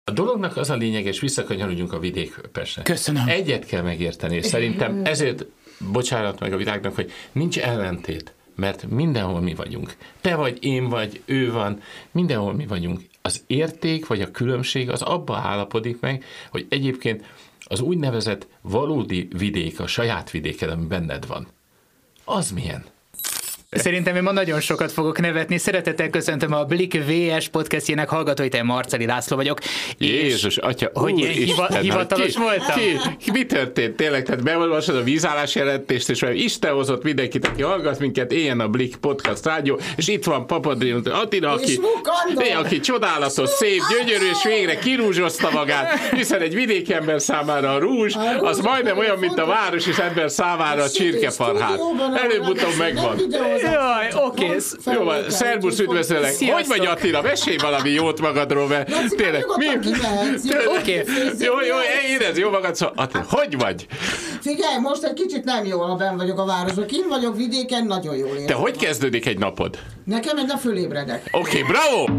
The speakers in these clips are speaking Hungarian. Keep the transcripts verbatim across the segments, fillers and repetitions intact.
A dolognak az a lényeg, és visszakanyarodjunk a Vidék-Pestre. Köszönöm. Egyet kell megérteni, és szerintem ezért bocsánat meg a világnak, hogy nincs ellentét, mert mindenhol mi vagyunk. Te vagy, én vagy, ő van, mindenhol mi vagyunk. Az érték vagy a különbség az abba állapodik meg, hogy egyébként az úgynevezett valódi vidék, a saját vidéked, ami benned van, az milyen? Szerintem én ma nagyon sokat fogok nevetni. Szeretettel köszöntöm a Blik vé es podcastjének hallgatóit, én Marceli László vagyok. Jézus, atya, hogy úr, hiva, Isten, hivatalos ki, voltam? Ki, mi történt tényleg? Tehát beolvasod a vízállás jelentést, és Isten hozott mindenkit, aki hallgat minket, éljen a Blik podcast rádió, és itt van Papadrion Attila, aki, aki csodálatos, szép, gyönyörű, és végre kirúzsozta magát, hiszen egy vidéki ember számára a rúzs, az majdnem olyan, mint a városi ember számára a csirkefarhát. Előbb-utóbb megvan. Jaj, oké. Okay. Jó van, szervusz, üdvözöllek. Hogy vagy, Attila? Mesélj valami jót magadról, mert tényleg... Oké. Jó, jó, érezd jó magad, szóval Attila, hogy vagy? Figyelj, most egy kicsit nem jól, ha benn vagyok a városban. Kint vagyok vidéken, nagyon jól érzem. Te hogy kezdődik egy napod? Nekem egy nap fölébredek. Oké, okay, bravo!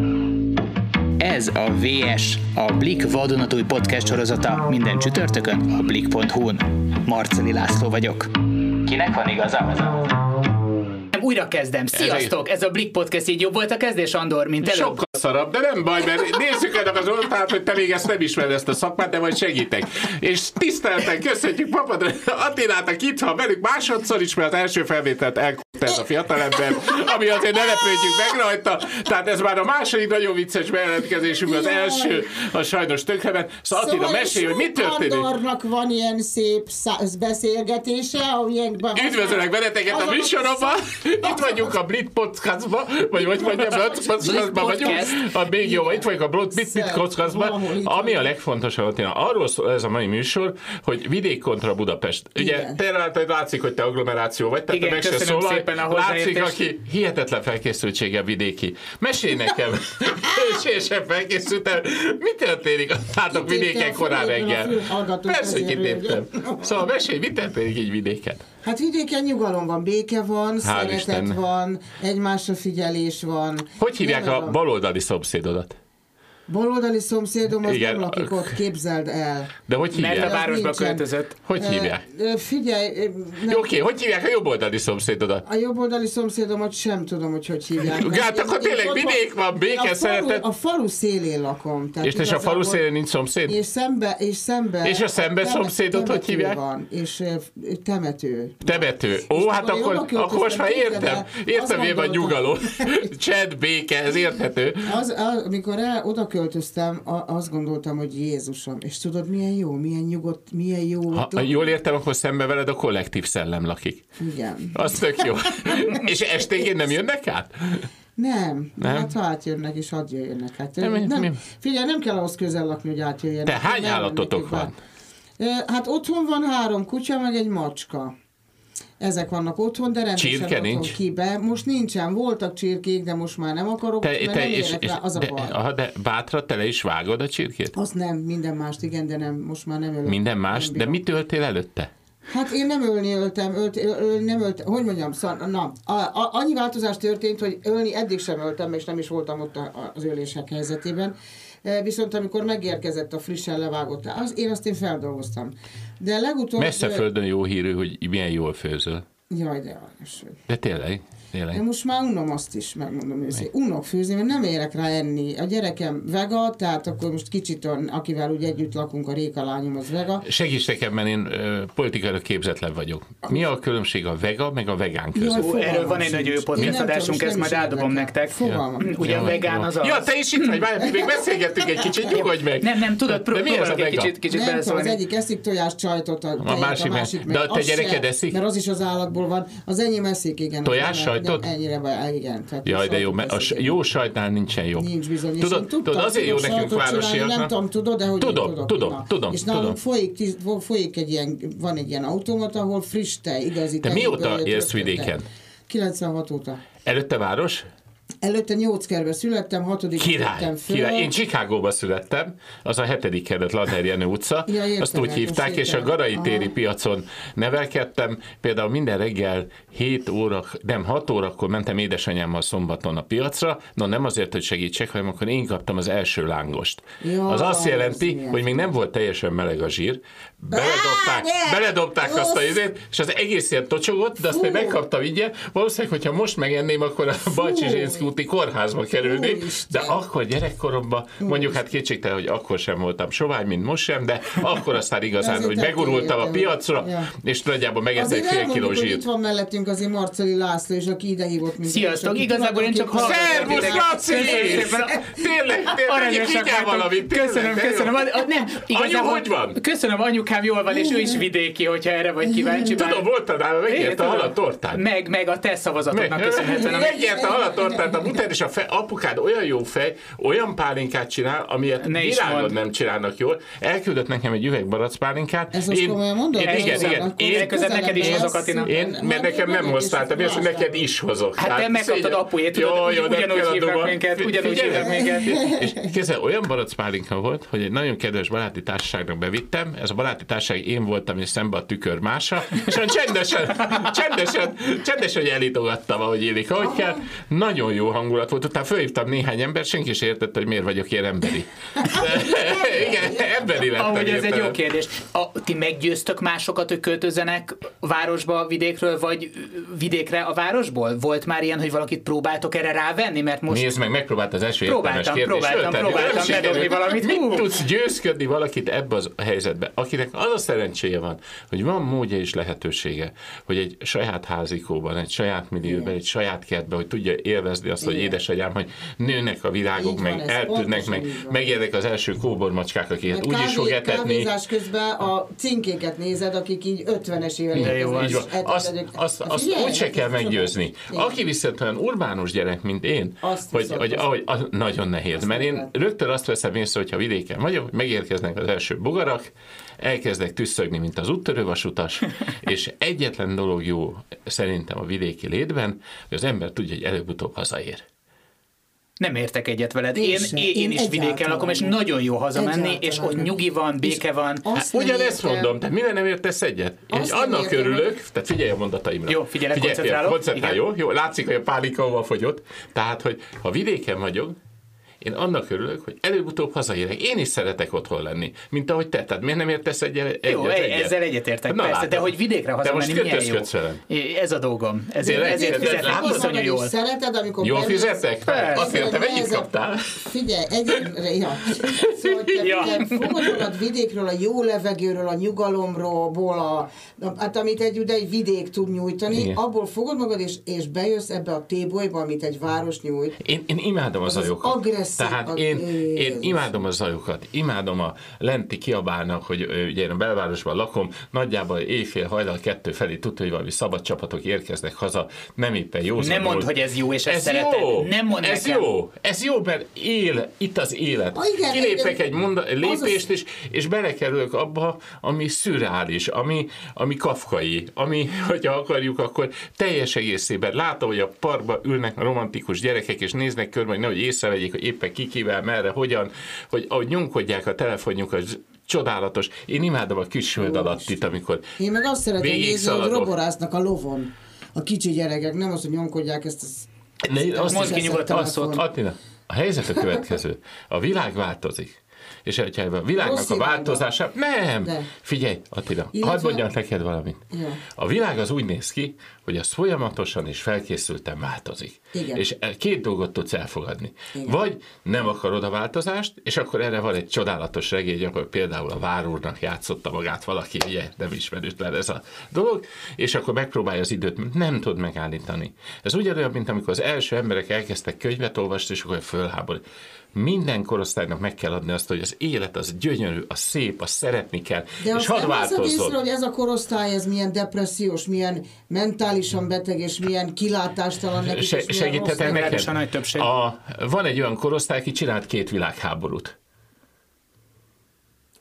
Ez a vé es, a Blik vadonatúj podcast sorozata minden csütörtökön a blik pont hu-n. Marceli László vagyok. Kinek van igaza? Újra kezdem. Sziasztok! Ez a Blik Podcast, így jobb volt a kezdés, Andor, mint előbb? Sokkal szarabb, de nem baj, mert nézzük ennek az oldalát, hogy te még ezt nem ismered, ezt a szakmát, de majd segítek. És tisztelten köszönjük Papadrion Attilát, aki itt van velük másodszor is, mert az első felvételt elküldte ez a fiatalember, ami azért ne lepődjünk meg rajta. Tehát ez már a második nagyon vicces bejelentkezésünk, az első, a sajnos tönkremen. Szóval Attila, mesélj, hogy mi történik? Andornak van ilyen szép száz beszélgetése, amilyenben... Üdvözöllek benneteket a műsoromban! Itt vagyunk a Blit Podcastban, vagy hogy mondjam, Blit Podcastban vagyunk. A még jó, itt vagyunk a Blit Podcastban. Ami a legfontosabb, Attila, arról szól ez a mai műsor, hogy vidék kontra Budapest. Ugye, te látszik, hogy te agglomeráció vagy, tehát igen, meg se szólal. Látszik, aki hihetetlen felkészültsége vidéki. Mesélj nekem, sosem felkészültem. Mi történik? Látok vidéken korán reggel. Persze, hogy kitéptem. Szóval mesélj, mi történik így vidéken? Hát vidéken nyugalom van, béke van, Hál' szeretet Isten. van, egymásra figyelés van. Hogy hívják a baloldali szomszédodat? Baloldali szomszédom, az igen, nem lakik ott, képzeld el. De hogy hívják? Mert a városba költözött. Hogy hívják? Uh, figyelj... Jó, oké, hogy hívják a jobboldali szomszédodat? A jobboldali szomszédomat sem tudom, hogy hogy hívják. Gát, akkor tényleg vidék van, béke, szeretet. A falu szélén lakom. És te a falu szélén nincs szomszéd? És szembe, és szembe... És a szembe szomszédot hogy hívják? Van, és uh, temető. Temető. Ó, hát akkor, akkor most már értem. Értem, miért van nyugalom. Csend, béke, ez érthető. Az, az, amikor el, oda költöztem, a, azt gondoltam, hogy Jézusom, és tudod, milyen jó, milyen nyugodt, milyen jó. Ha, ha jól értem, akkor szembe veled a kollektív szellem lakik. Igen. Az tök jó. És esténként nem jönnek át? Nem, nem? Hát ha átjönnek, és hadd jöjjenek. Hát, nem, nem, nem. Figyelj, nem kell ahhoz közel lakni, hogy átjöjjenek. Te hány nem, állatotok van? Hát otthon van három kutya, meg egy macska. Ezek vannak otthon, de rendesen Csirke otthon nincs? Kibe. Most nincsen, voltak csirkék, de most már nem akarok, Te, mert te nem és, érek és, rá, az a de, baj. aha, de bátra, te le is vágod a csirkét? Azt nem, minden mást igen, de nem, most már nem ölök. Minden más? De mit öltél előtte? Hát én nem ölni öltem, ölt, öl, nem öltem, hogy mondjam, szar, na, a, a, annyi változás történt, hogy ölni eddig sem öltem, és nem is voltam ott a, az ölések helyzetében. Viszont amikor megérkezett a frissen levágott, az, én azt én feldolgoztam. De legutóbb... Messze földön jó hírű, hogy milyen jól főzöl. Jaj, de aranyos. De tényleg, tényleg. De most már unom azt is, megmondom őszintén. Unok főzni, mert nem érek rá enni. A gyerekem vega, tehát akkor most kicsit, akivel úgy együtt lakunk, a Réka lányom az vega. Segíts nekem, mert én uh, politikára képzetlen vagyok. Mi a különbség a vega meg a vegán között? Ó, erről van egy nagy jó podcast adásunk, ezt majd átdobom nektek. Fogalmam. Ugye a vegán az az. Ja, te is itt vagy, már még beszélgettünk egy kicsit, nyugodj meg. Nem, nem, tudod, próbálok egy kicsit, kicsit nem, beleszólni. Az egyik eszik tojás csajtot, a, a másik, a másik meg. De a te gyereked eszik? Mert az is az állatból van. Az enyém eszik, igen. Tojás sajtot? Ennyire van, igen. Jaj, de jó, mert a jó sajtnál nincsen jó. Nincs bizony. Tudod, tudod azért jó nekünk városiaknak. Nem tudom, tudod, de hogy tudom, tudok. Tudom, tudom, És nálunk folyik, folyik egy ilyen, van egy ilyen automat, ahol friss tej, igazi tej. Te mióta élsz vidéken? kilencvenhat óta. Előtte város? Előtte Nyóckerbe születtem, hatodik Király, király. Én Chicagóba születtem, az a hetedik kerület, Lader Jenő utca, Ja, értem, azt úgy hívták, értem. és a Garai téri Aha. piacon nevelkedtem. Például minden reggel hét óra, nem hat órakor mentem édesanyámmal szombaton a piacra, no nem azért, hogy segítsek, hanem akkor én kaptam az első lángost. Ja, az azt jelenti, az hogy még nem volt teljesen meleg a zsír, beledobták, Á, beledobták azt a izét, és az egész ilyen tocsogott, de azt még megkaptam így. Valószínűleg, hogyha most megenném, akkor a Bajcsi Zsinszky úti kórházba kerülnék, de Úristen. akkor gyerekkoromban, mondjuk hát kétségtelen, hogy akkor sem voltam sovány, mint most sem, de akkor aztán igazán, Azért hogy tettél megurultam a értem. piacra, Ja. és nagyjából megettem Azért fél elmondjuk, kiló hogy zsírt. itt van mellettünk azért Marceli László, és aki idehívott minket. Sziasztok, és aki igazából én csak tulajdonképpen- hallgatok. Szervusz, Laci! Köszönöm szépen. Tényleg, tényleg, Aranyosak vigyál vagytok. valamit. tényleg, Köszönöm, de jó. köszönöm. A, a, nem, igazából, hogy van? Köszönöm, anyukám jól van, és ő is vidéki, hogyha erre vagy kíváncsi. bár- Tudom, voltad nála, megérte a Tudom. haladtortát. Meg, meg a te szavazatodnak Meg- köszönhetően. ami- Megérte a haladtortát, a mutád, és a fe, apukád olyan jó fej, olyan pálinkát csinál, amilyet Ne is világon mondd. nem csinálnak jól. Elküldött nekem egy üveg baracpálinkát. Ez most komolyan mondod? Én, igen, Köszönöm, igen. akkor Én, Legközelebb neked is hozok, Attina. én, mert nekem nem hoztál, te mi az, hogy neked is hozok. Hát te Tehát megkaptad szégyen- apujét, tudod, Jó, ugy- jó, nem ugyanúgy kell a hívnak duma. minket, ugyanúgy Figyelj, hívnak minket. És kézzel olyan baracpálinka volt, hogy egy nagyon kedves baráti társaságnak bevittem, ez a baráti társaság én voltam, és szembe a tükör mása, és olyan csendesen, csendesen, csendesen, hogy elítogattam, ahogy élik, ahogy kell. Nagyon jó hangulat volt, utána fölhívtam néhány ember, senki sem értette, hogy miért vagyok ilyen emberi. De, igen, emberi lettem. Amúgy ez egy értelem. jó kérdés. A, ti meggyőztök másokat, hogy költözzenek városba vidékről, vagy vidékre a városból? Volt már ilyen, hogy valakit próbáltok erre rávenni? Mert most Nézd meg, megpróbált az első Próbáltam, értelmes kérdés. próbáltam, Föltenni, próbáltam nem sikerült. bedobni valamit. Mit Hú. tudsz győzködni valakit ebbe az a helyzetbe, akinek az a szerencséje van, hogy van módja és lehetősége, hogy egy saját házikóban, egy saját millióban, egy saját kertben, hogy tudja élvezni azt, hogy Igen. édesanyám, hogy nőnek a virágok, Így van meg ez, eltűnnek, pontosan meg így van. megjelennek az első kóbormacskák, akiket úgy is fog Kávé- etetni. Kávézás közben a cinkéket nézed, akik így ötvenes éven De jó, Így van. érkeznek. Azt, azt, azt Figyelj, úgy se kell hát, meggyőzni. igen. Aki viszont olyan urbánus gyerek, mint én, Azt hogy, viszont hogy azt- ahogy, az nagyon nehéz, azt mert én lehet. rögtön azt veszem észre, hogyha vidéken vagyok, hogy megérkeznek az első bogarak, elkezdek tüsszögni, mint az úttörővasutas, és egyetlen dolog jó szerintem a vidéki létben, hogy az ember tudja, hogy előbb-utóbb hazaér. nem értek egyet veled. Én Én, sem. én, én Én is vidéken egyáltalán lakom, és nem. nagyon jó hazamenni, Egyáltalán és ott nem. nyugi van, béke És van. azt nem Ugyanezt értem. mondom, tehát mire nem értesz egyet? Én Azt nem annak értem, örülök, hogy- tehát figyelj a mondataimra. Jó, figyelek, Figyelj, koncentrálok. koncentrálj, Igen. jó? Jó, látszik, hogy a pálinkaóval fogyott. Tehát, hogy ha vidéken vagyok, én annak örülök, hogy előbb-utóbb hazaérek. Én is szeretek otthon lenni, mint ahogy te. Tehát miért nem értesz egyet? egyet, Jó, egyet? ezzel egyetértek, Na, persze, látod. de hogy vidékre De most hazamenni milyen jó. kötözködsz velem. É, Ez a dolgom. Ezért, Tényleg? ezért De fizetek látod, iszonyú magad is jól. szereted, amikor Jól bemész- fizetek? Persze. Azt értem, mennyit Nehezebb- kaptál? Figyelj, egyre, ja. Szóval te Ja. ja. fogod magad vidékről, a jó levegőről, a nyugalomról, a, hát amit egy, ugye egy vidék tud nyújtani, Igen. abból fogod magad, és, és bejössz ebbe a tébolyba, amit egy város nyújt. Én, én imádom a Az az zajokat. agresszív- Tehát ag- én, én Jézus. imádom a zajokat, imádom a lenti kiabálnak, hogy ö, ugye én a belvárosban lakom, nagyjából éjfél hajnal kettő felé tudja, hogy valami szabad csapatok érkeznek haza, nem éppen jó. Nem mondd, hogy ez jó, és ezt ez szereted. jó, Nem mondd ez nekem. jó, ez jó, mert él itt az élet. Ah, igen, Kilépek igen. egy, monda, egy Az lépést, az- és, és belekerülök abba, ami szürreális, ami, ami kafkai, ami, hogyha akarjuk, akkor teljes egészében látom, hogy a parkban ülnek a romantikus gyerekek, és néznek körbe, hogy nehogy észrevegyék, hogy éppen kikivel, merre, hogyan, hogy ahogy nyomkodják a telefonjukat, az csodálatos. Én imádom a kis föld alatt itt, amikor Én meg azt szeretem végig nézni, hogy szaladok. roborásznak a lovon. A kicsi gyerekek, nem az, hogy nyomkodják ezt az... Ne, azt Mondd ki is- nyugodtan a telefon. szót. Attina, a helyzet a következő. A világ változik. És hogyha a világnak Rossz a irányba. változása... Nem! De. Figyelj, Attila, Illetve- hadd mondjam neked valamit. Ja. A világ az úgy néz ki, hogy az folyamatosan és felkészülten változik. Igen. És két dolgot tudsz elfogadni. Igen. Vagy nem akarod a változást, és akkor erre van egy csodálatos regény, akkor például a Vár úrnak játszotta magát valaki, ugye, nem ismerőtlen ez a dolog, és akkor megpróbálja az időt, nem tud megállítani. Ez ugyanolyan, mint amikor az első emberek elkezdtek könyvet olvasni, és akkor fölháborít. Minden korosztálynak meg kell adni azt, hogy az élet az gyönyörű, az szép, az szeretni kell, De és azt hadd nem veszed észre, változzon. hogy ez a korosztály, ez milyen depressziós, milyen mentálisan beteg, és milyen kilátástalan nekik, Se, és milyen segíthetek rossz neked? Legalábbis a nagy többség. A, van egy olyan korosztály, aki csinált két világháborút.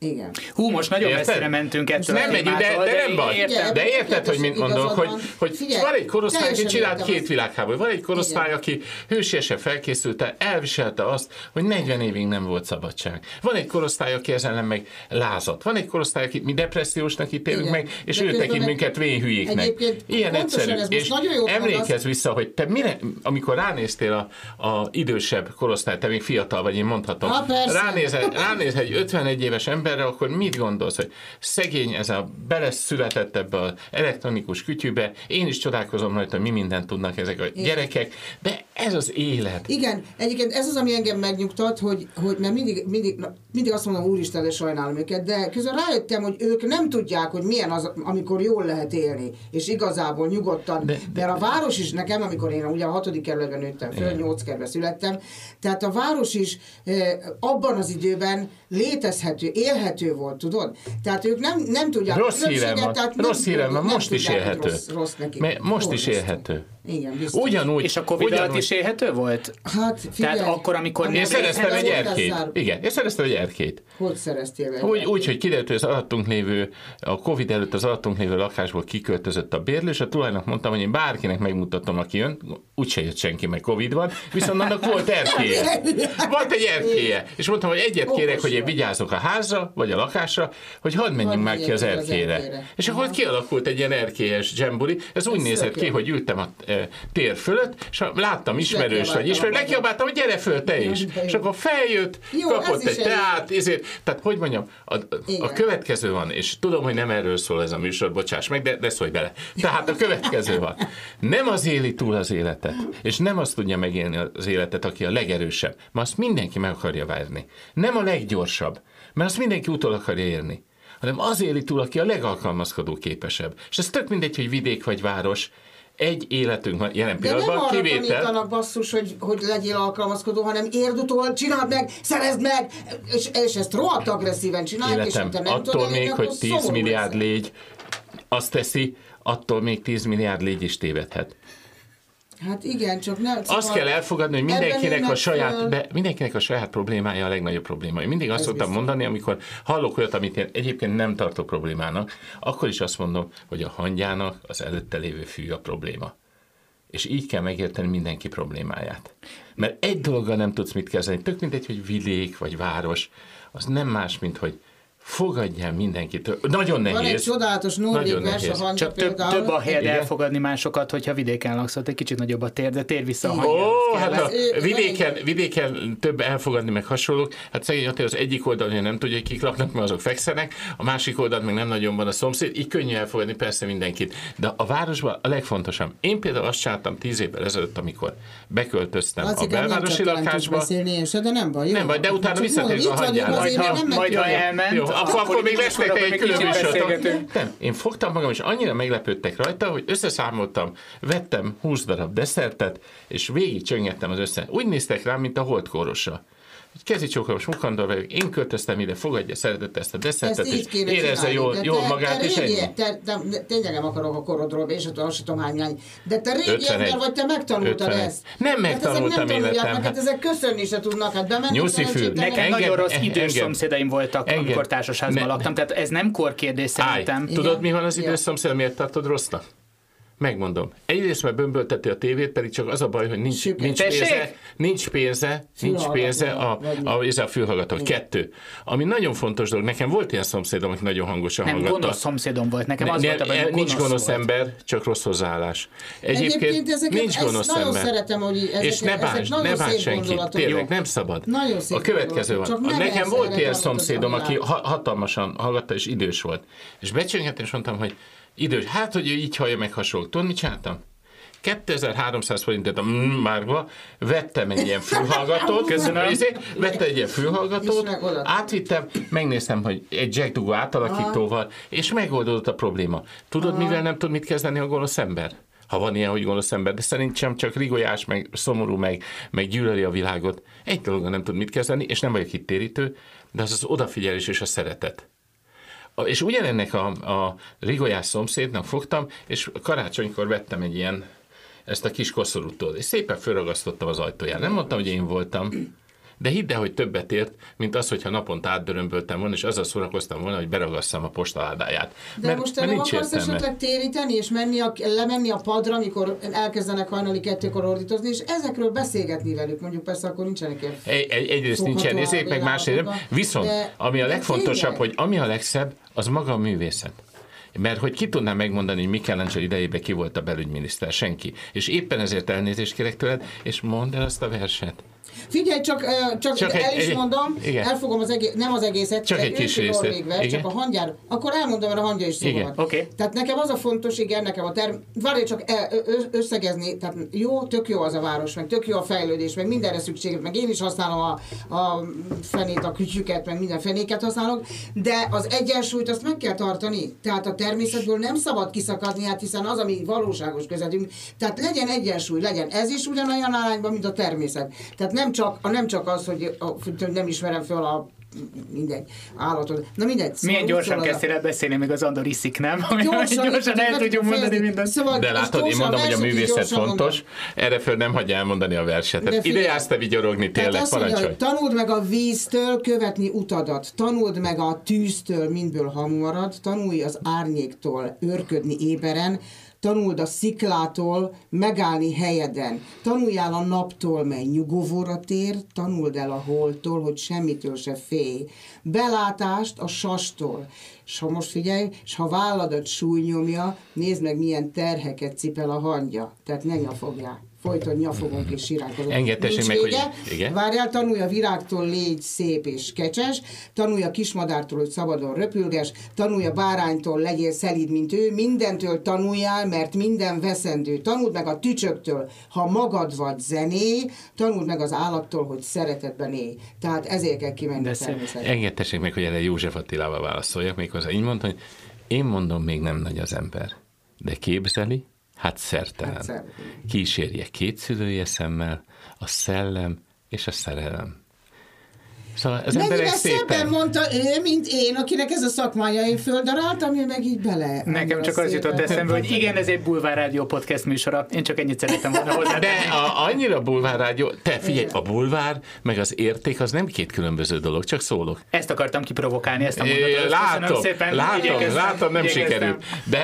Igen. Hú, most nagyon Érted? messzire mentünk ettől Nem a megyünk, de, témától, de nem baj. értem. De érted, hogy mit mondok, hogy, hogy Figyelj, van egy korosztály, aki teljesen csinált értem két azt. világháborút. Van egy korosztály, Igen. aki hősiesen felkészülte, elviselte azt, hogy negyven évig nem volt szabadság. Van egy korosztály, aki ezen ellen meg lázadt. Van egy korosztály, aki mi depressziósnak ítélünk Igen. meg, és De ő közben tekint meg- minket vénhülyéknek. Egyébként Ilyen pontosan egyszerű. ez most És nagyon jót emlékezz mondasz. vissza, hogy te mire, amikor ránéztél a, a idősebb korosztály, te még fiatal vagy, én mondhatom. Ha, persze. Ránézel, ránéz egy ötvenegy éves emberre, akkor mit gondolsz, hogy szegény ez a beleszületett ebbe az elektronikus kütyűbe, én is csodálkozom rajta, mi mindent tudnak ezek a gyerekek, de ez az élet. Igen, egyébként ez az, ami engem megnyugtat, hogy, hogy mert mindig, mindig, na, mindig azt mondom, úristen, de sajnálom őket, de közben rájöttem, hogy ők nem tudják, hogy milyen az, amikor jól lehet élni, és igazából nyugodtan. De, de, mert a város is nekem, amikor én ugye a hatodik kerületben nőttem föl, nyolc kerületben születtem, tehát a város is eh, abban az időben létezhető, élhető volt, tudod? Tehát ők nem, nem tudják. Rossz hírem van, tehát nem, rossz hírem van, nem most is tudják, hogy élhető. Rossz, rossz nekik. Mert most is Borzasztó. élhető. Igen, biztos. Ugyanúgy. És a Covid ugyanúgy. alatt is élhető volt? Hát figyelj. Tehát akkor, amikor Hát Én nem szereztem ez egy volt erkét. zár- Igen, én szereztem egy erkét. Hogy szereztél egy Úgy, erkét? úgy, hogy kiderült, hogy az alattunk lévő, a Covid előtt az alattunk lévő lakásból kiköltözött a bérlő, és a tulajnak mondtam, hogy én bárkinek megmutatom, aki jön, úgyse jött senki, meg Covid van, viszont annak volt erkélye. Volt egy erkélye. És mondtam, hogy egyet kérek, Okos hogy én vagy. vigyázok a házra, vagy a lakásra, hogy hadd menjünk Hadd már ki az menjünk ki az erkére. erkére. És akkor Aha. kialakult egy ilyen erkélyes dzsembuli. Ez úgy Ez nézett tök ki, jó. hogy ültem a e, tér fölött, és láttam ismerős vagy lekiabáltam ismerős, a lekiabáltam, hogy gyere föl te is. de jó. És akkor feljött, Jó, kapott ez is egy egy- teát, ezért, tehát hogy mondjam, a, a, a Igen. következő van, és tudom, hogy nem erről szól ez a műsor, bocsáss meg, de, de szólj bele. Tehát a következő van. Nem az éli túl az életet, és nem azt tudja megélni az életet, aki a legerősebb, mert azt mindenki meg akarja várni. Nem a leggyorsabb, mert azt mindenki utol akarja érni, hanem az éli túl, aki a legalkalmazkodó képesebb. És ez tök mindegy, hogy vidék vagy város, egy életünk van jelen De nem pillanatban, arra kivétel. tanítanak basszus, hogy, hogy legyél alkalmazkodó, hanem érd utol, csináld meg, szerezd meg, és, és ezt rohadt agresszíven csinálják, Életem, és ha te nem attól tudod elérni, még, akkor hogy tíz szomorú milliárd leszel. légy azt teszi, attól még tíz milliárd légy is tévedhet. Hát igen, csak nem... Azt kell elfogadni, hogy ebben mindenkinek a, ülnek saját, föl. de mindenkinek a saját problémája a legnagyobb probléma. Én mindig azt Ez szoktam biztos. mondani, amikor hallok olyat, amit én egyébként nem tartok problémának, akkor is azt mondom, hogy a hangyának az előtte lévő fű a probléma. És így kell megérteni mindenki problémáját. Mert egy dologgal nem tudsz mit kezdeni, tök mindegy, hogy vidék vagy város, az nem más, mint hogy fogadjál mindenkit. Nagyon nehéz. Van egy csodálatos norvég Nagyon vers, a nehéz. hangya Csak több, például. több a helyed Igen. elfogadni másokat, hogyha vidéken laksz, ott egy kicsit nagyobb a tér, de tér vissza a Ó, hangyához hát kell. a Ez- vidéken, vidéken több elfogadni meg hasonlók. Hát szegény Attila az egyik oldalon nem tudja, hogy kik laknak, mert azok fekszenek, a másik oldalon meg nem nagyon van a szomszéd, így könnyű elfogadni persze mindenkit. De a városban a legfontosabb. Én például azt csináltam tíz évvel ezelőtt, amikor beköltöztem Laci, a belvárosi nem csak lakásba. beszélni én se, de nem baj. Jó? Nem baj, de utána Csak visszatérünk mondom, a itt vagyok, hangyára. azért Majd, én ha, nem majd ha megtudom. elment, Jó, akkor, akkor még lesz nektek egy még külön kicsit műsor. beszélgetünk. Nem, én fogtam magam, és annyira meglepődtek rajta, hogy összeszámoltam, vettem húsz darab desszertet, és végig csöngettem az össze. Úgy néztek rám, mint a holdkórosa. Kezi csókolós mukandor vagyok, én költöztem ide, fogadja szeretettel ezt a desszertet, Ezt és így kéne érezze csinálni, jól, de jól te- magát, te és régi- ennyi. te, te, te, tényleg nem akarok a korodról, és azt sem tudom hány lány. De te régi ötvenegy. ember vagy, te megtanultad ötvenegy. ezt. Nem Hát ezek megtanultam nem tanulják életem, meg, hát- hát ezek köszönni se tudnak, hát bemennek. Nyuszi fül. szerencsétlenek. Nekem Engem- nagyon rossz engem- idős szomszédaim voltak, engem- amikor társasházban ne- laktam, tehát ez nem korkérdés Állj, szerintem. tudod, mi van az Ja. idős szomszéd, miért tartod rossznak? Megmondom. Egyrészt mert bömbölteti a tévét, pedig csak az a baj, hogy nincs, Süket. nincs Tessék? pénze, nincs pénze, nincs pénze a, a, a, a fülhallgató. Kettő. Ami nagyon fontos dolog, nekem volt ilyen szomszédom, aki nagyon hangosan Nem, hallgatta. gonosz szomszédom volt. Nekem az Ne- volt a baj, ne- hogy nincs gonosz volt. ember, csak rossz hozzáállás. Egyébként Egyébként ezeket- nincs ezt gonosz nagyon ember. szeretem, hogy ezek- és ne ezek bánts, nagyon ne bánts szép senki. gondolatok. Tényleg, Jó. nem szabad. Nagyon szép A következő van. gondolatok, csak nem Nekem ezt volt erre ilyen tartottak szomszédom, a aki világ. ha- hatalmasan hallgatta, és idős volt. És becsöngettem, és mondtam, hogy idős. Hát, hogy ő így hallja meg hasonló. Tudod, mit csináltam? kétezer-háromszáz forintért a mm, márkba vettem egy ilyen fülhallgatót, köszönöm, vettem egy ilyen És fülhallgatót, megoldottam. átvittem, megnéztem, hogy egy Jack Dugó átalakítóval, és megoldódott a probléma. Tudod, mivel nem tud mit kezdeni a gonosz ember? Ha van ilyen, hogy gonosz ember, de szerintem csak rigolyás, meg szomorú, meg, meg gyűlöli a világot. Egy dologgal nem tud mit kezdeni, és nem vagyok hittérítő, de az az odafigyelés és a szeretet. A- És ugyanennek a, a rigolyás szomszédnak fogtam, és karácsonykor vettem egy ilyen, ezt a kis koszorútól, és szépen fölragasztottam az ajtójára. Nem mondtam, hogy én voltam, de hidd el, hogy többet ért, mint az, hogyha naponta átdörömböltem volna, és azzal szórakoztam volna, hogy beragasszam a postaládáját. De mert, most te mert nem akarsz esetleg téríteni, és menni a, lemenni a padra, amikor elkezdenek hajnali kettőkor ordítozni, és ezekről beszélgetni velük, mondjuk persze akkor nincsenek ilyen egy, egy, egyrészt nincsen nézék, meg másrészt nem. Viszont, de, ami a legfontosabb, hogy ami a legszebb, az maga a művészet. Mert hogy ki tudná megmondani, hogy Michelangelo idejében ki volt a belügyminiszter? Senki. És éppen ezért elnézést kérek tőled, és mondd el azt a verset. Figyelj, csak, csak, csak el egy, is mondom, igen. Elfogom az egész, nem az egészet, csak egy kis részlet, csak a hangyár, akkor elmondom, mert a hangya is szó van. Okay. Tehát nekem az a fontos, igen, nekem a term... Várj csak összegezni, tehát jó, tök jó az a város, meg tök jó a fejlődés, meg mindenre szükséged, meg én is használom a, a fenét, a kütyüket, meg minden fenéket használok, de az egyensúlyt azt meg kell tartani. Tehát a természetből nem szabad kiszakadni, hát hiszen az, ami valóságos közöttünk, tehát legyen egyensúly, legyen ez is ugyanolyan arányban, mint a természet. Tehát nem csak, nem csak az, hogy, hogy nem ismerem föl a mindegy, állatot. Na mindegy. Szóval milyen gyorsan kezdtél el beszélni, még az Andor iszik, nem? Gyorsan, gyorsan el tudjuk mondani mindent. Szóval, de látod, én mondom, hogy a művészet fontos, erre föl nem hagyja elmondani a verset. Ide jársz te vigyorogni, tényleg, parancsolj. Tanuld meg a víztől követni utadat, tanuld meg a tűztől, mindből hamu marad, tanulj az árnyéktól őrködni éberen, tanuld a sziklától megállni helyeden, tanuljál a naptól, mely nyugovóra tér, tanuld el a holdtól, hogy semmitől se félj. Belátást a sastól. És ha most figyelj, és ha válladat súlynyomja, nézd meg, milyen terheket cipel a hangya. Tehát ne nyafogjál. Folyton nyafogunk és siránkozunk. Engedtessék meg, hogy... Igen? Várjál, tanulj a virágtól, légy szép és kecses, tanulj a kismadártól, hogy szabadon röpülges, tanulj a báránytól, legyél szelíd, mint ő, mindentől tanuljál, mert minden veszendő. Tanuld meg a tücsöktől, ha magad vagy zené, tanuld meg az állattól, hogy szeretetben élj. Tehát ezért kell kimenni a természetben. Engedtessék meg, hogy erre József Attilával válaszoljak, méghozzá így mondta, hogy én mondom, még nem nagy az ember, de képzeli, hát szertelen. Hát szertelen. Kísérje kétszülője szemmel, a szellem és a szerelem. Szóval az emberek szépen... szépen mondta ő, mint én, akinek ez a szakmája, én földaráltam, én meg így bele. Nekem csak az jutott eszembe, hogy igen, ez egy Bulvár Rádió podcast műsora. Én csak ennyit szerettem volna hozzá. De a, annyira Bulvár Rádió, te figyelj, a bulvár meg az érték az nem két különböző dolog, csak szólok. Ezt akartam kiprovokálni, ezt a mondatot. Látom, szépen, látom, igyekeztem, látom, nem igyekeztem. sikerült. De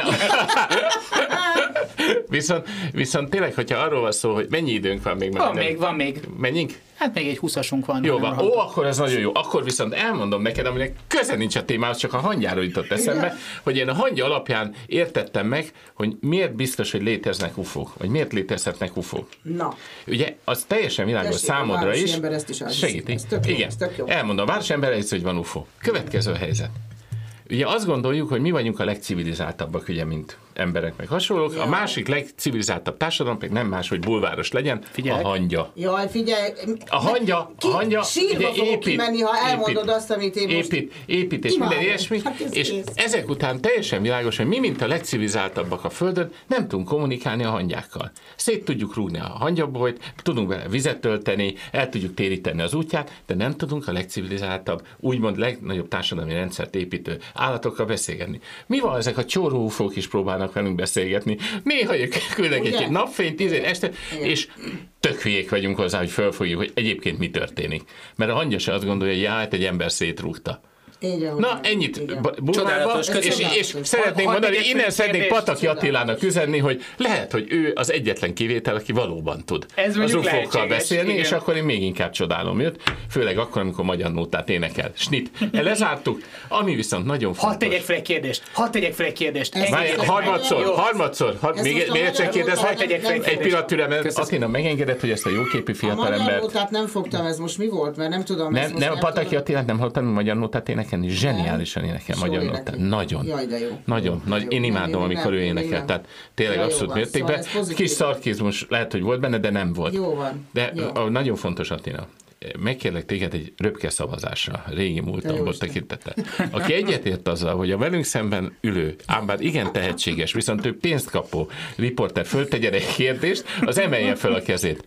viszont, viszont tényleg, hogyha arról van szó, hogy mennyi időnk van még? Van még, van még. Menjünk? Hát még egy húszasunk van. Jó van, ó, akkor ez nagyon jó. Akkor viszont elmondom neked, aminek köze nincs a témához, csak a hangyáról jutott eszembe, hogy én a hangya alapján értettem meg, hogy miért biztos, hogy léteznek ufók, vagy miért létezhetnek ufók. Na. Ugye, az teljesen világos Tessék, számodra is. is Segíti. Jó, igen. Elmondom, a város ember hogy van ufó. Következő helyzet. Ugye azt gondoljuk, hogy mi vagyunk a legcivilizáltabbak, ugye, mint emberek meg hasonlók. Jaj. A másik legcivilizáltabb társadalom pedig nem más, hogy bulváros legyen, Figyelek. a hangya. Jaj, figyelj! A hangya, ki, a hangya sírva fogok épít, kimenni, ha elmondod épít, azt, amit én most... Épít, épít és minden ilyesmi, hát ez és kész. Ezek után teljesen világos, hogy mi, mint a legcivilizáltabbak a Földön, nem tudunk kommunikálni a hangyákkal. Szét tudjuk rúgni a hangyabolyt, tudunk vele vizet tölteni, el tudjuk téríteni az útját, de nem tudunk a legcivilizáltabb, úgymond legnagyobb társadalmi rendszert építő állatokkal beszélgetni. Mi van, ezek a csóró ufók is próbálnak velünk beszélgetni. Néha ők küldnek egy napfényt, tízén este, igen. És tök hülyék vagyunk hozzá, hogy fölfogjuk, hogy egyébként mi történik. Mert a hangya se azt gondolja, hogy já, egy ember szétrúgta. Igen, na, ennyit Bulvárban, és, és, és szeretnénk mondani, innen szeretnénk Pataki Attilának üzenni, hogy lehet, hogy ő az egyetlen kivétel, aki valóban tud ez az ufókkal beszélni, igen. És akkor én még inkább csodálom őt, főleg akkor, amikor magyar nótát énekel. Snit, lezártuk, ami viszont nagyon fontos. Hadd tegyek fel egy kérdést, hadd tegyek fel egy kérdést. Várj, harmadszor, harmadszor, har, még, még egyszer kérdez, egy pillanat türelem, Attina megengedett, hogy ezt a jóképű fiatalembert... A magyar nótát nem fogtam, ez most mi volt, mert nem tudom. Nem, nem, Pataki Attilát nem hallottam, hogy magyar nótát énekelni, zseniálisan énekel magyar nótát. Nagyon. Jaj, de jó. Nagyon. Jó, nagy, én imádom, nem, amikor ő énekel. Tehát tényleg abszolút mértékben. Szóval kis szarkizmus lehet, hogy volt benne, de nem volt. Jó van. De jó. A, nagyon fontos, Attina. Megkérlek téged egy röpke szavazásra, régi múltamból tekintete. Aki egyetért azzal, hogy a velünk szemben ülő, ám bár igen tehetséges, viszont ő pénzt kapó riporter föltegyen egy kérdést, az emelje fel a kezét.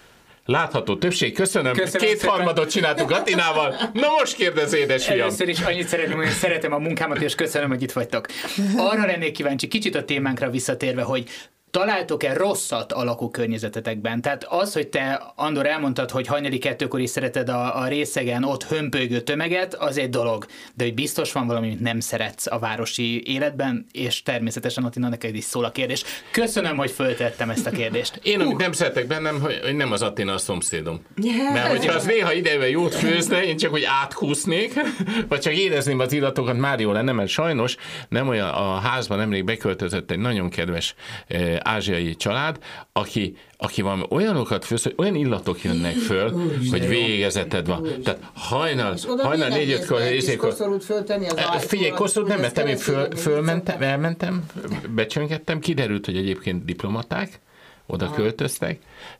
Látható többség, köszönöm. köszönöm Kétharmadot csináltuk Attinával. Na most kérdez, édesfiam. Először is annyit szeretném, hogy szeretem a munkámat, és köszönöm, hogy itt vagytok. Arra lennék kíváncsi, kicsit a témánkra visszatérve, hogy találtok-e rosszat a lakókörnyezetetekben? Tehát az, hogy te, Andor, elmondtad, hogy hajnali kettőkor is szereted a, a részegen ott hömpölygő tömeget, az egy dolog. De hogy biztos van valami, amit nem szeretsz a városi életben, és természetesen Attila, neked is szól a kérdés. Köszönöm, hogy föltettem ezt a kérdést. Én, amit nem szeretek bennem, hogy nem az Attila a szomszédom. Mert hogyha az néha idejében jót főzne, én csak hogy áthúznék, vagy csak érezném az illatokat, már jó lenne, mert sajnos nem olyan, a házban nemrég beköltözött egy nagyon kedves eh, ázsiai család, aki, aki valami olyanokat főz, hogy olyan illatok jönnek föl, Úr, hogy végezeted van. Tehát hajnal, hajnal négy-ötkor... koszorút föltenni az ajtóra. Figyelj, koszorút nem mentem, én föl, fölmentem, elmentem, becsöngettem, kiderült, hogy egyébként diplomaták, oda Aha. költöztek,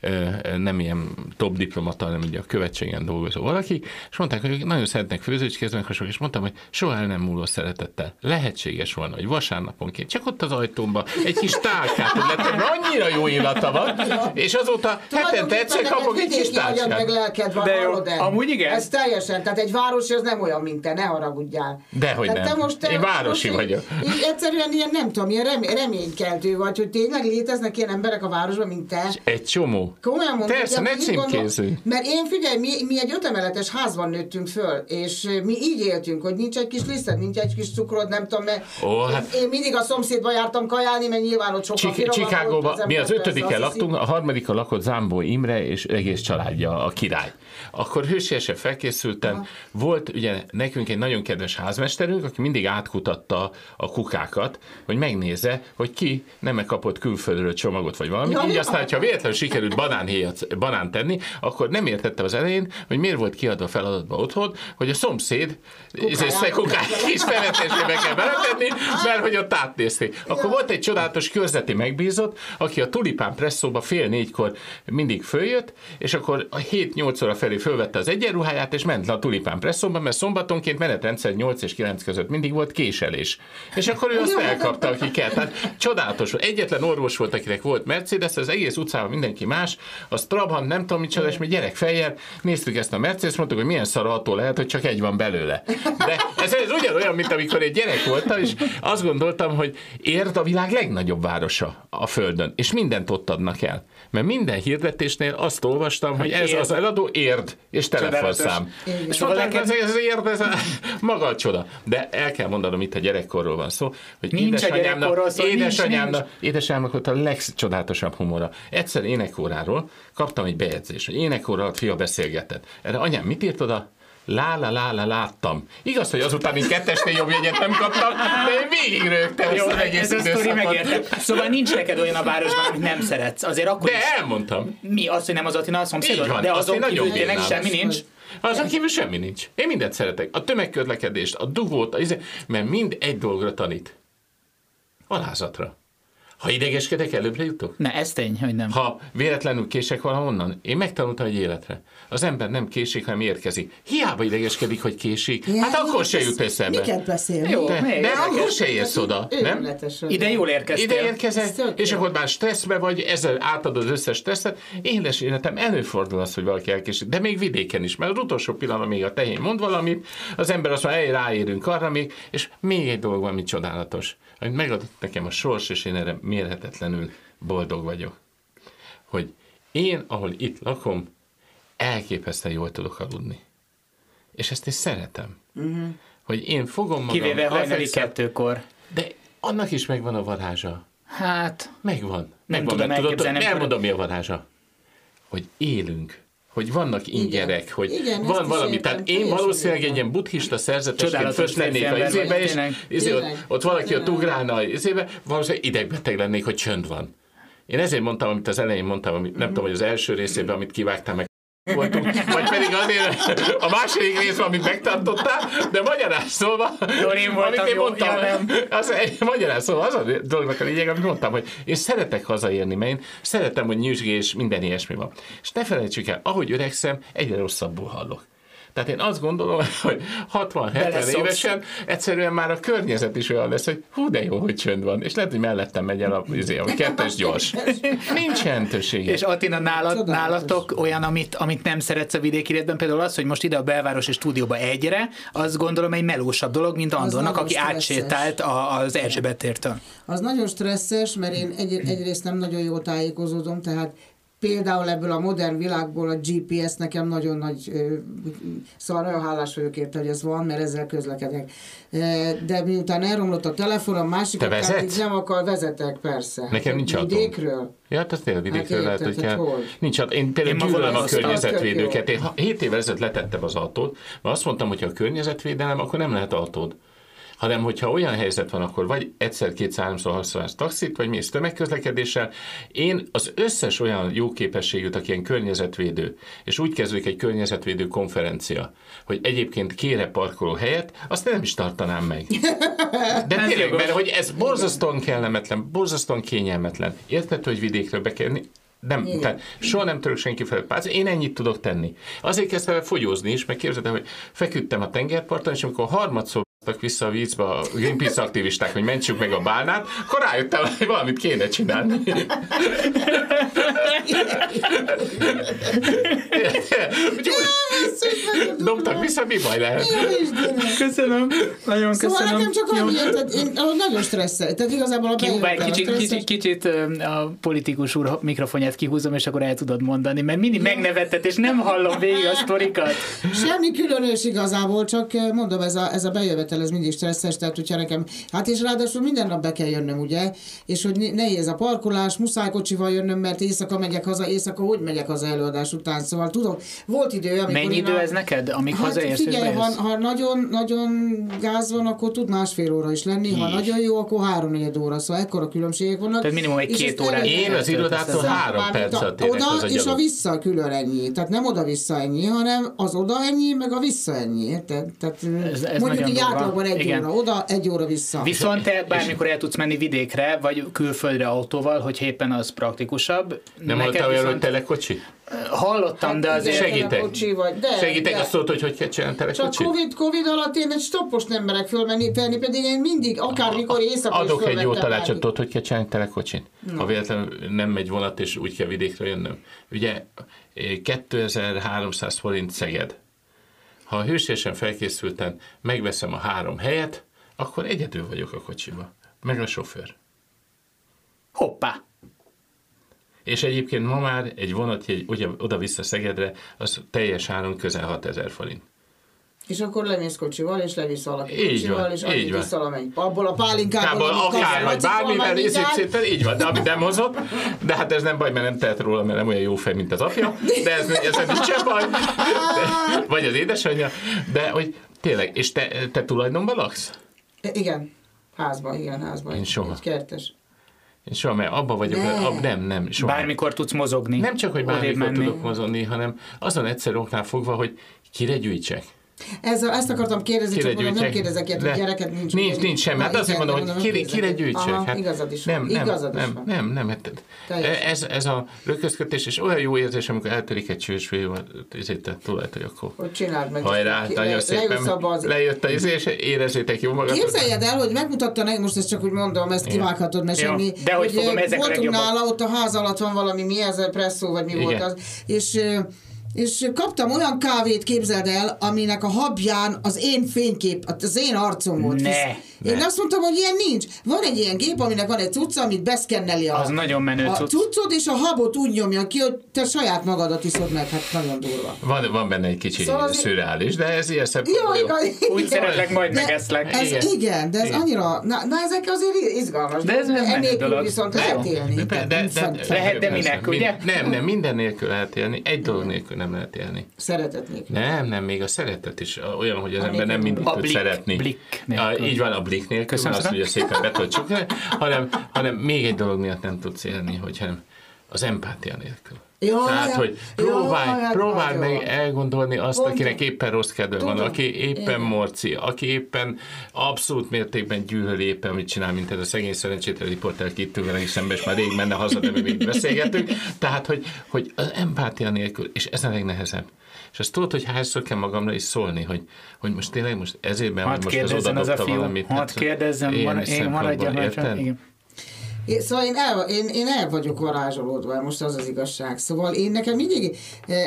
nem ilyen top diplomata, hanem ugye a követségen dolgozó valaki, és mondták, hogy ők nagyon szeretnek főzőcskézni, és mondtam, hogy soha el nem múló szeretettel. Lehetséges volna, hogy vasárnaponként csak ott az ajtómba egy kis tálkát lettem, annyira jó illata van, és azóta hetente egyszer kapok egy kis tálkát. Meg lelked van, de jó, amúgy igen. Ez teljesen, tehát egy városi az nem olyan, mint te, ne haragudjál. Dehogy nem. Te most, te, Én városi most vagyok. Így, egyszerűen ilyen, nem tudom, ilyen remé- reménykeltő vagy, hogy tényleg léteznek ilyen emberek a városban, mint te. Egy csomó. Komolyan mondom, persze, ne címkézzünk. Mert én figyelj, mi, mi egy ötemeletes házban nőttünk föl, és mi így éltünk, hogy nincs egy kis liszted, nincs egy kis cukrod, nem tudom, mert oh, hát... én mindig a szomszédba jártam kajálni, mert nyilván ott sokkal Csik- Chicagóban mi az ötödikkel laktunk, a harmadikon lakott Zámbó Imre és egész családja, a király. Akkor hősiesen felkészültem. Aha. Volt ugye nekünk egy nagyon kedves házmesterünk, aki mindig átkutatta a kukákat, hogy megnézze, hogy ki nem kapott külföldről csomagot, vagy valamit. Ja, így aztán, ha véletlenül sikerült banánhéjat, banán tenni, akkor nem értettem az elején, hogy miért volt kiadva feladatba otthon, hogy a szomszéd kukáját is feletésbe kell beletenni, mert hogy ott átnézték. Akkor volt egy csodálatos körzeti megbízott, aki a Tulipán presszóba fél négykor mindig följött, és akkor a hét-nyolc óra felé fölvette az egyenruháját, és ment le a Tulipán presszóba, mert szombatonként menetrendszer nyolc és kilenc között mindig volt késelés. És akkor ő azt elkapta, aki kell. Tehát csodálatos. Egyetlen orvos volt, akinek volt Mercedes, az egész utcában mindenki más, az Trabant, nem tudom micsoda, és mi gyerek fejjel néztük ezt a Mercedes, mondtuk, hogy milyen szar autó lehet, hogy csak egy van belőle. De ez, ez ugyanolyan, mint amikor egy gyerek voltam, és azt gondoltam, hogy Érd a világ legnagyobb városa a Földön, és mindent ott adnak el. Mert minden hirdetésnél azt olvastam, hogy ez az eladó Érd, és telefonszám. És mondtam, ez, ez Érd, ez a, maga a csoda. De el kell mondanom, itt a gyerekkorról van szó, hogy édesanyámnak, szó, édesanyámnak, édesanyámnak volt a legcsodálatosabb humora. Egyszer énekóráról kaptam egy bejegyzést, hogy énekóra alatt fia beszélgetett. Erre anyám mit írt oda? Lála, lála, láttam. Igaz, hogy azután én kettesnél jobb jegyet nem kaptam, de én végig rögtem ezt az egész időszakot. Szóval nincs neked olyan a városban, amit nem szeretsz. Azért akkor de is... elmondtam. Mi? Az, hogy nem az Attila a szomszédod? De azon kívül tényleg semmi nincs? Azon kívül semmi nincs. Én mindent szeretek. A tömegközlekedést, a dugót, a izé, mert mind egy dologra tanít. Alázatra. Ha idegeskedek, előbbre jutok? Ne, ez tény, hogy nem. Ha véletlenül kések valahonnan, én megtanultam egy életre. Az ember nem késik, hanem érkezik. Hiába idegeskedik, hogy késik. Ja, hát akkor se jut eszembe. Miket beszél? Jó, de, de akkor se érsz oda, nem? Ide jól érkeztél. Ide érkezel, és akkor már stresszbe vagy, ezzel átadod az összes stresszet. Éles életem előfordul az, hogy valaki elkésik, de még vidéken is, mert az utolsó pillanatban még a tehén mond valamit, az ember azt mondja, ráérünk arra még, és még egy dolog van, ami csodálatos. Amit megadott nekem a sors, és én erre mérhetetlenül boldog vagyok. Hogy én, ahol itt lakom, elképesztően jól tudok aludni. És ezt is szeretem. Uh-huh. Hogy én fogom magam... Kivéve hajnali kettőkor. De annak is megvan a varázsa. Hát... Megvan. Nem megvan, tudom elképzelni. Elmondom, mi a varázsa. Hogy élünk. Hogy vannak ingerek, igen. hogy igen, van valami. Tehát én valószínűleg egy ilyen buddhista szerzetesként föst lennék a izébe, és izé, ott, ott valaki tényleg. Ott ugrálna a izébe, valószínűleg idegbeteg lennék, hogy csönd van. Én ezért mondtam, amit az elején mondtam, amit, nem mm. tudom, hogy az első részében, amit kivágtál meg voltunk, vagy pedig azért a második részben, amit megtartottál, de magyarán szólva, amit én mondtam, az, magyarán szólva az a dolognak a lényeg, amit mondtam, hogy én szeretek hazaérni, mert én szeretem, hogy nyüzsgés, minden ilyesmi van. És ne felejtsük el, ahogy öregszem, egyre rosszabbul hallok. Tehát én azt gondolom, hogy hatvan-hetven évesen egyszerűen már a környezet is olyan lesz, hogy hú, de jó, hogy csönd van. És lehet, hogy mellettem megy el a, a kettes gyors. Nincs jelentősége. És Attina, nálad, nálatok olyan, amit, amit nem szeretsz a vidéki életben, például az, hogy most ide a belvárosi stúdióba egyre, azt gondolom egy melósabb dolog, mint Andornak, aki átsétált az Erzsébet tértől. Az nagyon stresszes, mert én egy, egyrészt nem nagyon jól tájékozódom, tehát például ebből a modern világból a gé pé es nekem nagyon nagy, szóval nagyon hálás vagyok érte, hogy ez van, mert ezzel közlekedek. De miután elromlott a telefon, a másik kártyát nem akar, vezetek, persze. Nekem nincs autóm. Vidékről? Ja, hát az tényleg vidékről hát lehet, hogy kell. Hogy? Nincs autóm. Én például én gyűlölöm a környezetvédőket. Én hét évvel ezelőtt letettem az autót, mert azt mondtam, hogy ha a környezetvédelem, akkor nem lehet autód. Hanem, hogyha olyan helyzet van, akkor vagy egyszer, kétszer, háromszor használsz taxit, vagy mész tömegközlekedéssel. Én az összes olyan jó képességűt, aki ilyen környezetvédő, és úgy kezdődik egy környezetvédő konferencia, hogy egyébként kére parkoló helyet, azt nem is tartanám meg. De tényleg, mert hogy ez borzasztóan kellemetlen, borzasztóan kényelmetlen. Érted, hogy vidékről be kell... Nem, tehát soha nem török senki fel pályázni, én ennyit tudok tenni. Azért kezdtem el fogyózni is, meg képzeld el, hogy feküdtem a tengerparton, és amikor harmadszor vissza a vízbe a Greenpeace aktivisták, hogy mentsük meg a bálnát, akkor rájöttem, hogy valamit kéne csinálni. Dobtak vissza, mi baj lehet? Köszönöm, nagyon szóval köszönöm. Nekem csak annyi, tehát én nagyon stresszel, tehát igazából a bejöttem kicsit, kicsit, kicsit a politikus úr mikrofonját kihúzom, és akkor el tudod mondani, mert mindig megnevettet, és nem hallom végig a sztorikat. Semmi különös igazából, csak mondom, ez a, ez a bejövetel, ez mindig stresszes, tehát hogyha nekem, hát és ráadásul minden nap be kell jönnöm, ugye, és hogy nehéz a parkolás, muszáj kocsival jönnöm, mert éjszaka megyek haza, éjszaka hogy megyek haza előadás után, szóval tudom, volt idő, amikor mennyi idő a... ez neked, amíg hát hazaérsz? Figyelj, ha, ha nagyon, nagyon gáz van, akkor tud másfél óra is lenni, is. Ha nagyon jó, akkor három-négy óra, szóval ekkora különbségek vannak. Tehát minimum egy két órát. Én az irodától három percet térek oda haza és a vissza külön ennyi, tehát nem oda-vissza ennyi, hanem az oda ennyi, meg a vissza ennyi, érted? Tehát ez, ez mondjuk így átlagban egy igen. óra oda, egy óra vissza. Viszont te bármikor el tudsz menni vidékre, vagy külföldre autóval, hogy éppen az praktikusabb. Nem hallottam olyan, hogy telekocsi? Hallottam, de azért... Segítek. Vagy, de, Segítek de. azt szólt, hogy hogy kell csinálni telekocsit? Csak COVID, COVID alatt én egy stoppost nem merek fölmenni, felni, pedig én mindig, akármikor éjszaka is adok egy jó tanácsot, tudod, hogy kell csinálni telekocsit? No. Ha véletlenül nem megy vonat, és úgy kell vidékre jönnöm. Ugye kétezer-háromszáz forint Szeged. Ha hősiesen felkészülten megveszem a három helyet, akkor egyedül vagyok a kocsiba. Meg a sofőr. Hoppá! És egyébként ma már egy vonatjegy ugye, oda-vissza Szegedre, az teljes áron közel hatezer forint. És akkor lemész kocsival, és levisz valaki kocsival, és annyit van. vissza, amennyi. Abból a pálinkából, akár, vagy bármivel, így van, de amit nem hozott, de hát ez nem baj, mert nem tehet róla, mert nem olyan jó fej, mint az apja, de ez, ez nem is sem baj, de, vagy az édesanyja, de hogy tényleg, és te, te tulajdonban laksz? Igen, házban, igen, házban. Én soha. Egy kertes. Én soha, mert abban vagyok, ne. ab, nem, nem, soha. Bármikor tudsz mozogni. Nem csak, hogy bármikor tudok mozogni, hanem azon egyszer oknál fogva, hogy kire gyűjtsek. Ez a, ezt akartam kérdezni, kire csak mondom, nem kérdezek ilyet, hogy gyereket nincs. Nincs, nincs sem. Hát azt mondom, hogy kire, kire gyűjtsek. Aha, hát igazad is nem, van. Nem, igazad nem, is van. nem, nem, nem, nem. Ez, ez a röközködés, és olyan jó érzés, amikor eltörik egy csősfél, ezért tudod, hogy akkor hogy csináld meg. hajrá, ki, nagyon le, szépen az... lejött a izé, és érezzétek jó magatok. Képzeljed el, hogy megmutatta nekem, most ezt csak úgy mondom, ezt kivághatod, mert semmi. De hogy fogom, ezek voltunk nála, ott a ház alatt van valami, mi ez, presszó, vagy mi igen. volt az, és... és kaptam olyan kávét, képzeld el, aminek a habján az én fénykép, az én arcom volt. Ne, én ne. azt mondtam, hogy ilyen nincs. Van egy ilyen gép, aminek van egy cucca, amit beszkenneli a, az nagyon menő a cucc. cuccot, és a habot úgy nyomja ki, hogy te saját magadat iszod meg, hát nagyon durva. Van, van benne egy kicsi szóval az szürreális, de ez ilyen szebb. Jó, igaz, úgy szeretlek, majd de megeszlek. Ez, igen. igen, de ez igen. annyira, na, na ezek azért izgalmas. De ez nem menő dolog. Viszont lehet élni. De, de, de, de, lehet, de minek, ugye? Nem, nem, minden nélkül lehet élni, egy dolog nélkül nem lehet élni. Szeretet nélkül. Nem, nem, még a szeretet is olyan, hogy az A ember nem mindig a tud blik, szeretni. Blik a, így van, a blik nélkül, köszönöm, azt ugye szépen betöltsük, hanem, hanem még egy dolog miatt nem tudsz élni, hogy hanem az empátia nélkül. Jaj, Tehát, hogy próbálj, jaj, próbálj jaj, meg elgondolni azt, Pont, akinek éppen rossz kedve van, tudom, aki éppen igen. morci, aki éppen abszolút mértékben gyűlöli éppen, mit csinál, mint ez a szegény szerencsétlen riporter, aki itt ül velünk szembe, és már rég menne haza, de mi még beszélgetünk. Tehát, hogy, hogy az empátia nélkül, és ez a legnehezebb. És azt tudod, hogy hányszor kell magamra is szólni, hogy, hogy most tényleg most ezért, mert most az odadobta valamit. Hadd kérdezzem, mar- én maradjam. Érted? Én, szóval én el, én, én el vagyok varázsolódva, most az az igazság. Szóval én nekem mindig,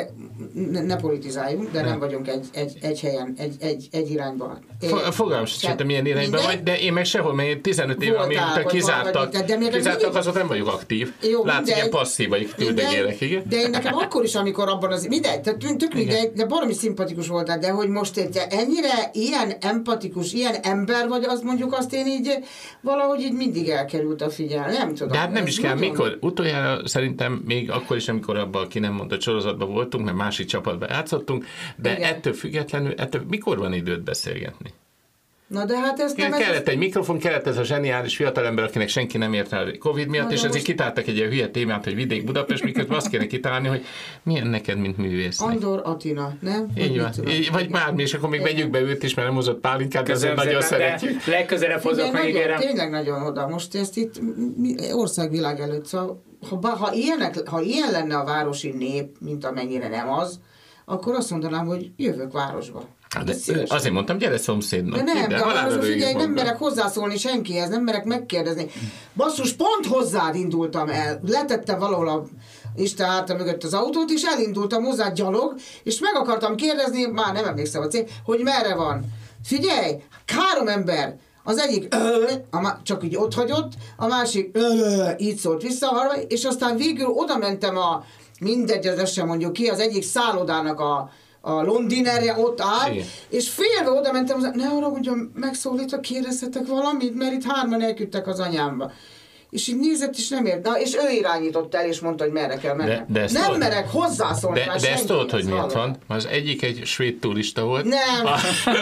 ne, ne politizáljunk, de nem vagyunk egy, egy, egy helyen, egy, egy, egy irányban. Fogalmam sem te milyen irányban vagy, de én meg sehol, mert én tizenöt éve, amióta kizártak, kizártak, azóta nem vagyok aktív. Jó, Látsz, ilyen passzív vagy küldögélek, igen? De én nekem akkor is, amikor abban az, mindegy, tehát tök mindegy, de baromi szimpatikus voltál, de hogy most te ennyire ilyen empatikus, ilyen ember vagy, az mondjuk azt én így valahogy így mindig elkerült a figyelme. Nem tudom. De hát nem is kell, nagyon... mikor, utoljára szerintem még akkor is, amikor abban a ki nem mondott sorozatban voltunk, mert másik csapatban játszottunk, de igen. ettől függetlenül, ettől mikor van időt beszélgetni? Na de hát ezt nem... Kellett ez... egy mikrofon, kellett ez a zseniális fiatalember, akinek senki nem ért el Covid miatt, na, és ezért most... kitáltak egy ilyen hülye témát, hogy vidék Budapest, miközben azt kéne kitalálni, hogy milyen neked, mint művésznek. Andor Atina, nem? Így van. Így, vagy bármi, és akkor még vegyük be őt is, mert nem hozott pálinkát, de azért nagyon szeretjük. Legközelebb hozok meg, ígérem. Tényleg nagyon oda. Most ezt itt országvilág előtt, szóval ha, ha, ilyenek, ha ilyen lenne a városi nép, mint amennyire nem az, akkor azt mondanám, hogy jövök városba. De azért mondtam, gyere szomszédnak. De nem, de a városba figyelj, nem merek hozzászólni senkihez, nem merek megkérdezni. Basszus, pont hozzád indultam el. Letettem valahol a Isten háta mögött az autót, és elindultam hozzád gyalog, és meg akartam kérdezni, már nem emlékszem a cél, hogy merre van. Figyelj, három ember, az egyik csak így ott hagyott, a másik így szólt vissza, és aztán végül oda mentem a, mindegy, az sem mondjuk ki, az egyik szállodának a a londinerje ott áll, igen. És félve oda mentem, ne arra, hogy megszólítok, kérdezhetek valamit, mert itt hárman elküldtek az anyámba. És így nézett, és nem ért. Na, és ő irányított el, és mondta, hogy merre kell mennem. De, de nem tudod, merek hozzászólni. De, de ezt tudod, hogy miért van? Az egyik egy svéd turista volt. Nem. A,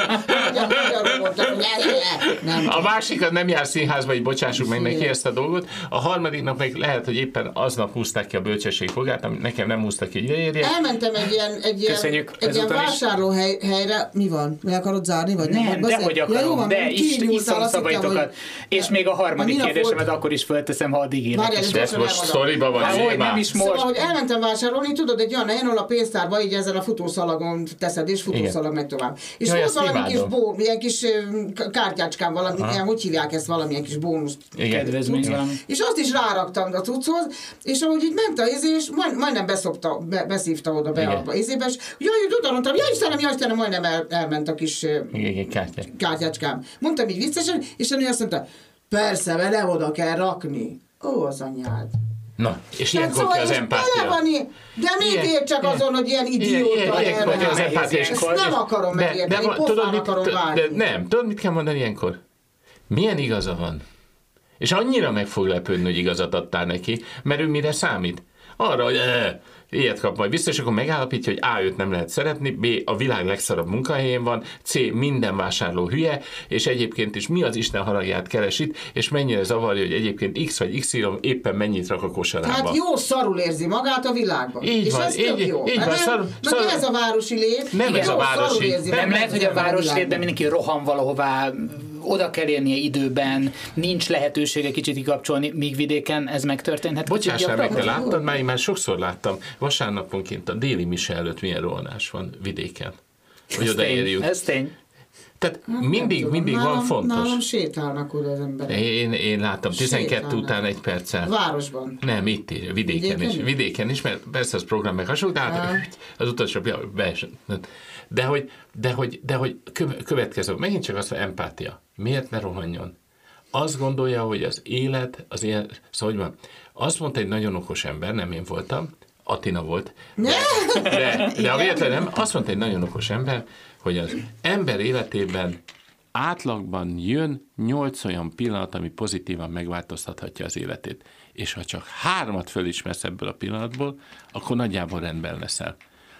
nem. A másik nem jár színházba, így bocsássuk meg neki ezt a dolgot. A harmadiknak meg lehet, hogy éppen aznap húzták ki a bölcsesség fogát, amit nekem nem húztak ki, hogy leérjek. Elmentem egy ilyen, egy ilyen, egy ilyen vásárlóhelyre. Mi van? Le akarod zárni? Vagy nem, nem dehogy akarom, ja, de iszom szavaitokat. És még a harmadik kérdésemet akkor is fölteszem, ha addig énekes. De ez most sztoriba van. Hogy nem is most. Szóval, hogy elmentem vásárolni, tudod, egy olyan helyen, ahol a pénztárba így ezen a futószalagon teszed, és futószalag meg tovább. És volt valami kis bónusz, ilyen kis kártyácskám, valami, ilyen, hogy hívják ezt, valamilyen kis bónusz. Kedvezmény valami. És azt is ráraktam a cucchoz, és ahogy így ment az izé, és majd, majdnem beszopta, be, beszívta oda be a izébe, és jaj, oda mondtam, jaj Istenem, jaj Istenem, majdnem el, elment a kis kártyácskám. Mondtam így viccesen, és a nő azt mondta, persze, mert nem oda kell rakni. Ó, az anyád. Na, és ilyenkor szóval kell az empátia. De mit ér csak azon, hogy ilyen idióta ilyenkor az empátia. Ezt nem akarom megérteni, pofán akarom várni. Nem, tudod, mit kell mondani ilyenkor? Milyen igaza van? És annyira meg fog lepődni, hogy igazat adtál neki, mert ő mire számít? Arra, hogy ilyet kap majd vissza, és akkor megállapítja, hogy A, őt nem lehet szeretni, B, a világ legszarabb munkahelyén van, C, minden vásárló hülye, és egyébként is mi az Isten haragját keres itt, és mennyire zavarja, hogy egyébként X vagy X éppen mennyit rak a kosarába. Hát jó szarul érzi magát a világban. Így és van, ez így, jó. így van. Nem, szarul, szarul, ez a városi lét. Nem igen, ez a városi. Érzi, nem, nem lehet, hogy a városi létben mindenki rohan valahová, oda kell érnie időben, nincs lehetősége kicsit kikapcsolni, míg vidéken ez megtörténhet. Bocsássál meg, te láttad? Már én már sokszor láttam, vasárnaponként a déli mise előtt milyen rohanás van vidéken. Hogy odaérjünk. Ez tény. Tehát hát mindig, mindig nálam, van fontos. Nálam sétálnak oda az emberek. Én, én láttam, tizenkettő után egy perccel. Városban? Nem, itt is, vidéken, vidéken is. Vidéken is, mert persze az program meg hasonló, de hát az utolsó beesett. De hogy, de hogy, de hogy következő, megint csak az, hogy empátia. Miért ne rohanjon? Azt gondolja, hogy az élet, az élet, szóval hogy van, azt mondta egy nagyon okos ember, nem én voltam, Atina volt, de, de, de a véletlen nem, azt mondta egy nagyon okos ember, hogy az ember életében átlagban jön nyolc olyan pillanat, ami pozitívan megváltoztathatja az életét. És ha csak hármat fölismersz ebből a pillanatból, akkor nagyjából rendben leszel.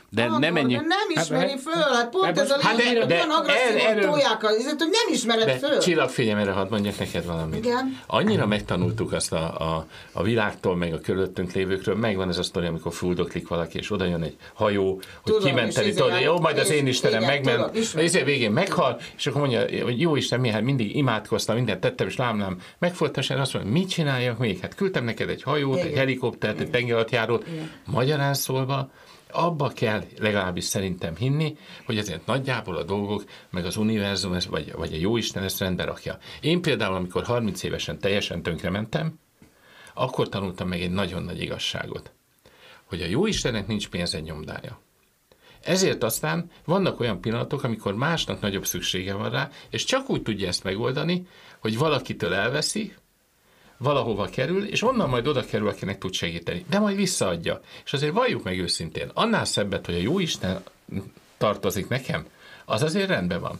de Andor, nem ennyi... de nem ismeri hát, föl, hát pont hát, ez a hát lényeg, de, olyan agresszívan erről, tolják, ezért, hogy nem ismered de föl. Csillag, figyelj, erre hadd mondjak neked valamit. Igen. Annyira megtanultuk azt a, a, a világtól, meg a körülöttünk lévőkről, megvan ez a sztori, amikor fuldoklik valaki, és oda jön egy hajó, hogy tudom, kimenteni, tudod, jó, majd az én Istenem igen, megment, tudom, és végén meghal, és akkor mondja, hogy jó Isten, mi, hát mindig imádkoztam, mindent tettem, és lámlám, megfordítasan azt mondja, mit csináljak még? Hát küldtem neked egy hajót, igen. egy helikoptert, egy tengeralattjárót, magyarán szólva, abba kell legalábbis szerintem hinni, hogy ezért nagyjából a dolgok, meg az univerzum, vagy, vagy a jóisten ezt rendbe rakja. Én például, amikor harminc évesen teljesen tönkrementem, akkor tanultam meg egy nagyon nagy igazságot, hogy a jóistennek nincs pénze nyomdája. Ezért aztán vannak olyan pillanatok, amikor másnak nagyobb szüksége van rá, és csak úgy tudja ezt megoldani, hogy valakitől elveszi, valahova kerül, és onnan majd oda kerül, akinek tud segíteni. De majd visszaadja. És azért valljuk meg őszintén, annál szebbet, hogy a jóisten tartozik nekem, az azért rendben van.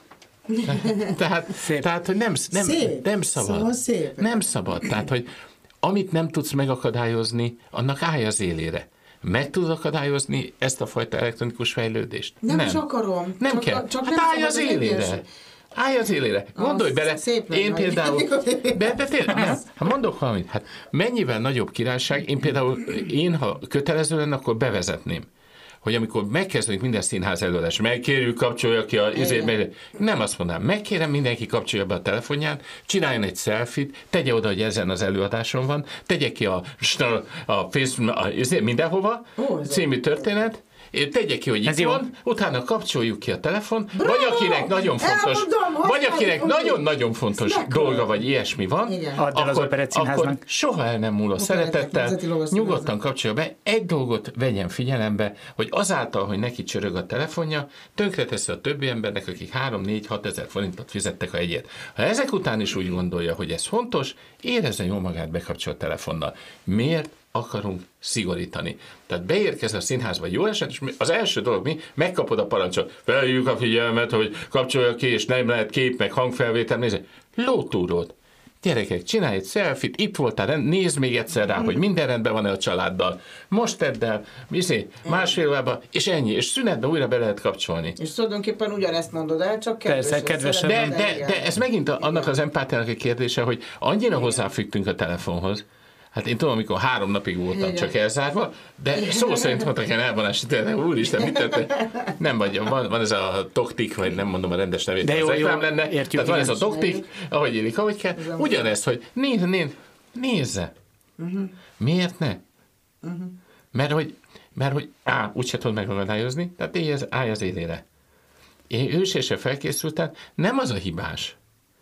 Tehát, tehát hogy nem, nem, nem szabad. Szóval szép. Nem szabad. Tehát, hogy amit nem tudsz megakadályozni, annak állj az élére. Meg tudod akadályozni ezt a fajta elektronikus fejlődést? Nem, nem. is akarom. Nem csak kell. Csak hát nem állj az élére. Állj az élére. Gondolj az bele, én vagy. Például... De, de tényleg, nem, ha mondok valamit, hát mennyivel nagyobb királyság, én például, én ha kötelező lenne, akkor bevezetném. Hogy amikor megkezdődik minden színház előadás, megkérjük, kapcsolja ki a... Izé, nem azt mondanám, megkérem, mindenki kapcsolja be a telefonján, csináljon egy selfie-t, tegye oda, hogy ezen az előadáson van, tegye ki a, a, a Facebook, a, izé, mindenhova, oh, című történet, tegye ki, hogy itt jó. Van, utána kapcsoljuk ki a telefon, Bravo! Vagy akinek nagyon fontos, Elmondom, vagy akinek nagyon-nagyon fontos dolga, vagy ilyesmi van, akkor, akkor soha el nem múló szeretettel, nyugodtan kapcsolja be, egy dolgot vegyen figyelembe, hogy azáltal, hogy neki csörög a telefonja, tönkreteszi a többi embernek, akik három, négy, hat ezer forintot fizettek a jegyért. Ha ezek után is úgy gondolja, hogy ez fontos, érezze jól magát bekapcsolt telefonnal. Miért akarunk szigorítani? Tehát beérkezel a színházba jó eset, és az első dolog mi? Megkapod a parancsot. Felhívjuk a figyelmet, hogy kapcsolja ki, és nem lehet kép, meg hangfelvétel. Nézd, lótúrót. Gyerekek, csinálj egy selfie-t, itt voltál, nézd még egyszer rá, hogy minden rendben van-e a családdal. Most tedd el, izé, másfél órában, és ennyi, és szünetben újra be lehet kapcsolni. És tulajdonképpen ugyanezt mondod el, csak kedvesen. De, de, de ez megint annak az empátiának a kérdése, hogy annyira hozzáfüggtünk a telefonhoz. Hát én tudom, amikor három napig voltam igen. csak elzárva, de szó szerint mondtak ilyen elvonási tényleg, úristen, mit tette? Nem vagy, van, van ez a toktik, vagy nem mondom a rendes nevét, de jó, jó, lenne. Értjük, tehát van ez a toktik, ahogy élik, ahogy kell. Ugyanez, hogy nézze, nézze, nézze. Uh-huh. Miért ne? Uh-huh. Mert hogy, mert hogy á, úgyse tudod megakadályozni, tehát így az, állj az élére. Én ősésre felkészültem, nem az a hibás,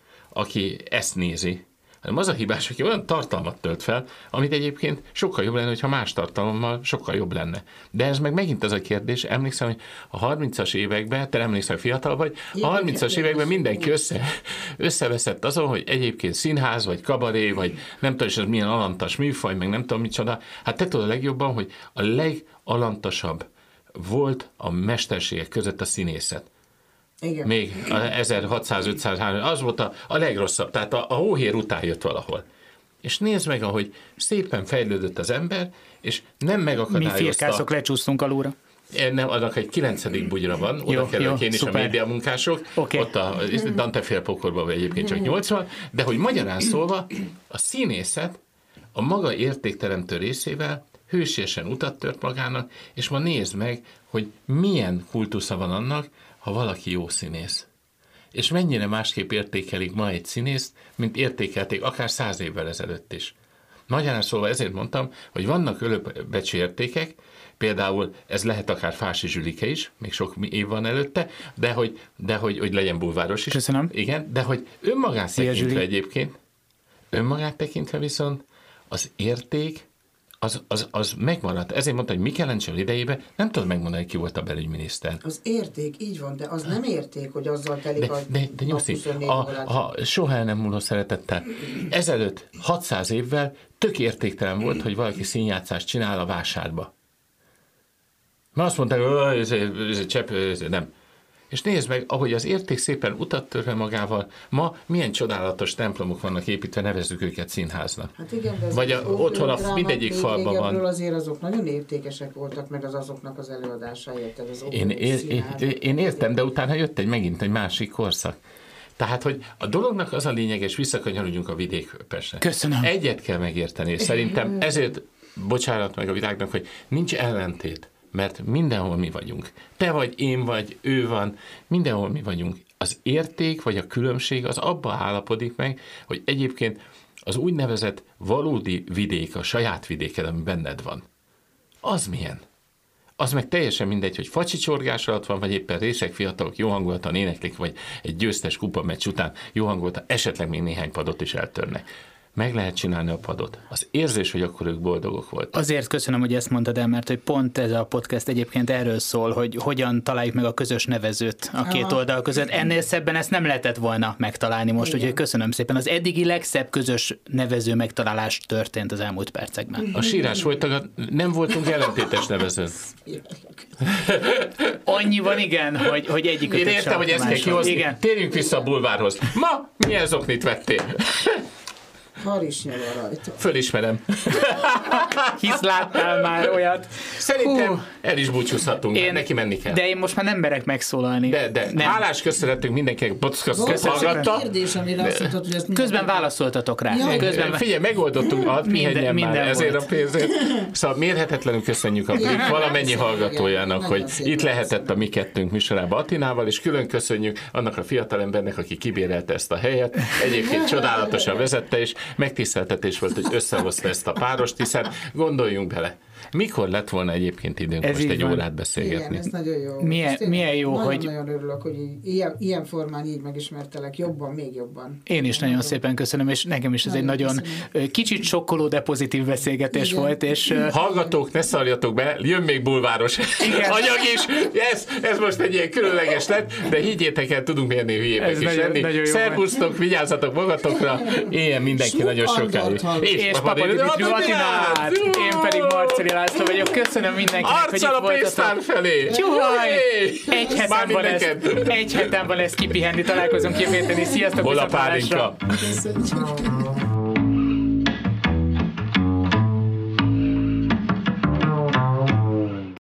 aki ezt nézi, hanem az a hibás, aki olyan tartalmat tölt fel, amit egyébként sokkal jobb lenne, hogyha más tartalommal sokkal jobb lenne. De ez meg megint az a kérdés, emlékszem, hogy a harmincas években, te emlékszel, fiatal vagy, a harmincas években mindenki össze, összeveszett azon, hogy egyébként színház, vagy kabaré, vagy nem tudom, és ez milyen alantas műfaj, meg nem tudom micsoda. Hát te tudod a legjobban, hogy a legalantasabb volt a mesterségek között a színészet. Igen. Még ezerhatszáz-ötszáz, az volt a, a legrosszabb, tehát a, a hóhér után jött valahol. És nézd meg, ahogy szépen fejlődött az ember, és nem megakadályozta... Mi firkászok lecsúsztunk alulra. Nem, annak egy kilencedik bugyra van, oda jó, kellek jó, én is szuper. A médiamunkások, okay. Ott a Dante félpokorban vagy egyébként csak nyolcvan, de hogy magyarán szólva, a színészet a maga értékteremtő részével hősiesen utat tört magának, és ma nézd meg, hogy milyen kultusza van annak, ha valaki jó színész. És mennyire másképp értékelik ma egy színészt, mint értékelték akár száz évvel ezelőtt is. Magyarán szólva ezért mondtam, hogy vannak ölőbecsű értékek, például ez lehet akár Fási Zsülike is, még sok év van előtte, de hogy, de hogy, hogy legyen bulváros is. Köszönöm. Igen, de hogy önmagát Szia, tekintve Zsüli. Egyébként, önmagát tekintve viszont az érték, Az, az, az megmaradt. Ezért mondta, hogy Michelangelo idejében nem tudod megmondani, ki volt a belügyminiszter. Az érték, így van, de az nem érték, hogy azzal telik de, a de, de nyugszik, a, a soha el nem múló szeretettel. Ezelőtt hatszáz évvel tök értéktelen volt, hogy valaki színjátszást csinál a vásárba. Mert azt mondták, hogy ez, ez, ez csepp, ez nem. És nézd meg, ahogy az érték szépen utat törve magával, ma milyen csodálatos templomok vannak építve, nevezzük őket színháznak. Hát igen, de vagy a, otthon a mindegyik falban van. Azért azok nagyon értékesek voltak, meg az azoknak az előadása, érted? Az én, én, én, én értem, de utána jött egy megint egy másik korszak. Tehát, hogy a dolognak az a lényeges, visszakanyarodjunk a vidékpestre. Köszönöm. Egyet kell megérteni, és szerintem ezért bocsánat meg a világnak, hogy nincs ellentét, mert mindenhol mi vagyunk. Te vagy, én vagy, ő van, mindenhol mi vagyunk. Az érték vagy a különbség az abba állapodik meg, hogy egyébként az úgynevezett valódi vidék, a saját vidéked, ami benned van, az milyen? Az meg teljesen mindegy, hogy facsicsorgás alatt van, vagy éppen részek fiatalok jó hangulatan éneklik, vagy egy győztes kupameccs után jó hangulatan, esetleg még néhány padot is eltörnek. Meg lehet csinálni a padot. Az érzés, hogy akkor ők boldogok voltak. Azért köszönöm, hogy ezt mondtad el, mert hogy pont ez a podcast egyébként erről szól, hogy hogyan találjuk meg a közös nevezőt a két Aha. oldal között. Ennél szebben ezt nem lehetett volna megtalálni most, Igen. úgyhogy köszönöm szépen. Az eddigi legszebb közös nevező megtalálás történt az elmúlt percekben. A sírás folytak, nem voltunk ellentétes nevezőn. Annyiban igen, hogy, hogy egyik Én értem, hogy ezt kell kihozni. Térjünk vissza a bulvárhoz. Ma milyen zoknit vettél? Harisnya van rajta. Fölismerem. Hisz láttál már olyat. Szerintem Hú. el is búcsúzhatunk, én, neki menni kell. De én most már nem merek megszólalni. De, de nem. Hálás köszönhetünk mindenkinek, podcast hallgatta. Kérdés, amire azt mondtad, hogy ezt közben válaszoltatok rá. Ja, közben figyelj, megoldottuk, ad minden, minden már ezért volt. a pénzért. Szóval mérhetetlenül köszönjük a Blik valamennyi hallgatójának, hogy itt lehetett a mi kettőnk műsorában Attinával, és külön köszönjük annak a fiatalembernek, aki kibérelte ezt a helyet. Egyébként csodálatosan vezette, és megtiszteltetés volt, hogy összehozta ezt a párost, hiszen gondoljunk bele, mikor lett volna egyébként időnk ez most egy van. órát beszélgetni? Igen, ez nagyon jó. Milyen, milyen jó, nagyon, hogy... Nagyon örülök, hogy ilyen, ilyen formán így megismertelek, jobban, még jobban. Én is nagyon, nagyon szépen köszönöm, és nekem is ez nagyon egy nagyon köszönöm. Kicsit sokkoló, de pozitív beszélgetés Igen. volt. És, hallgatók, ne szarjatok be, jön még bulváros Igen. anyag is. Ez, ez most egy ilyen különleges lett, de higgyétek el, tudunk mi ennél hülyébbek is nagyon, lenni. Szervusztok, vigyázzatok magatokra, éljen mindenki Sluk nagyon sokáig. És, és Papa Dimitri Attinát, én pedig Marceli László vagyok. Köszönöm mindenkinek, Arccal hogy itt voltatok. Arccal a pénztár felé! Csuhaj! Egy heten van lesz, egy heten van lesz kipihenni, találkozunk jövő héten, és sziasztok! Hol a pálinka?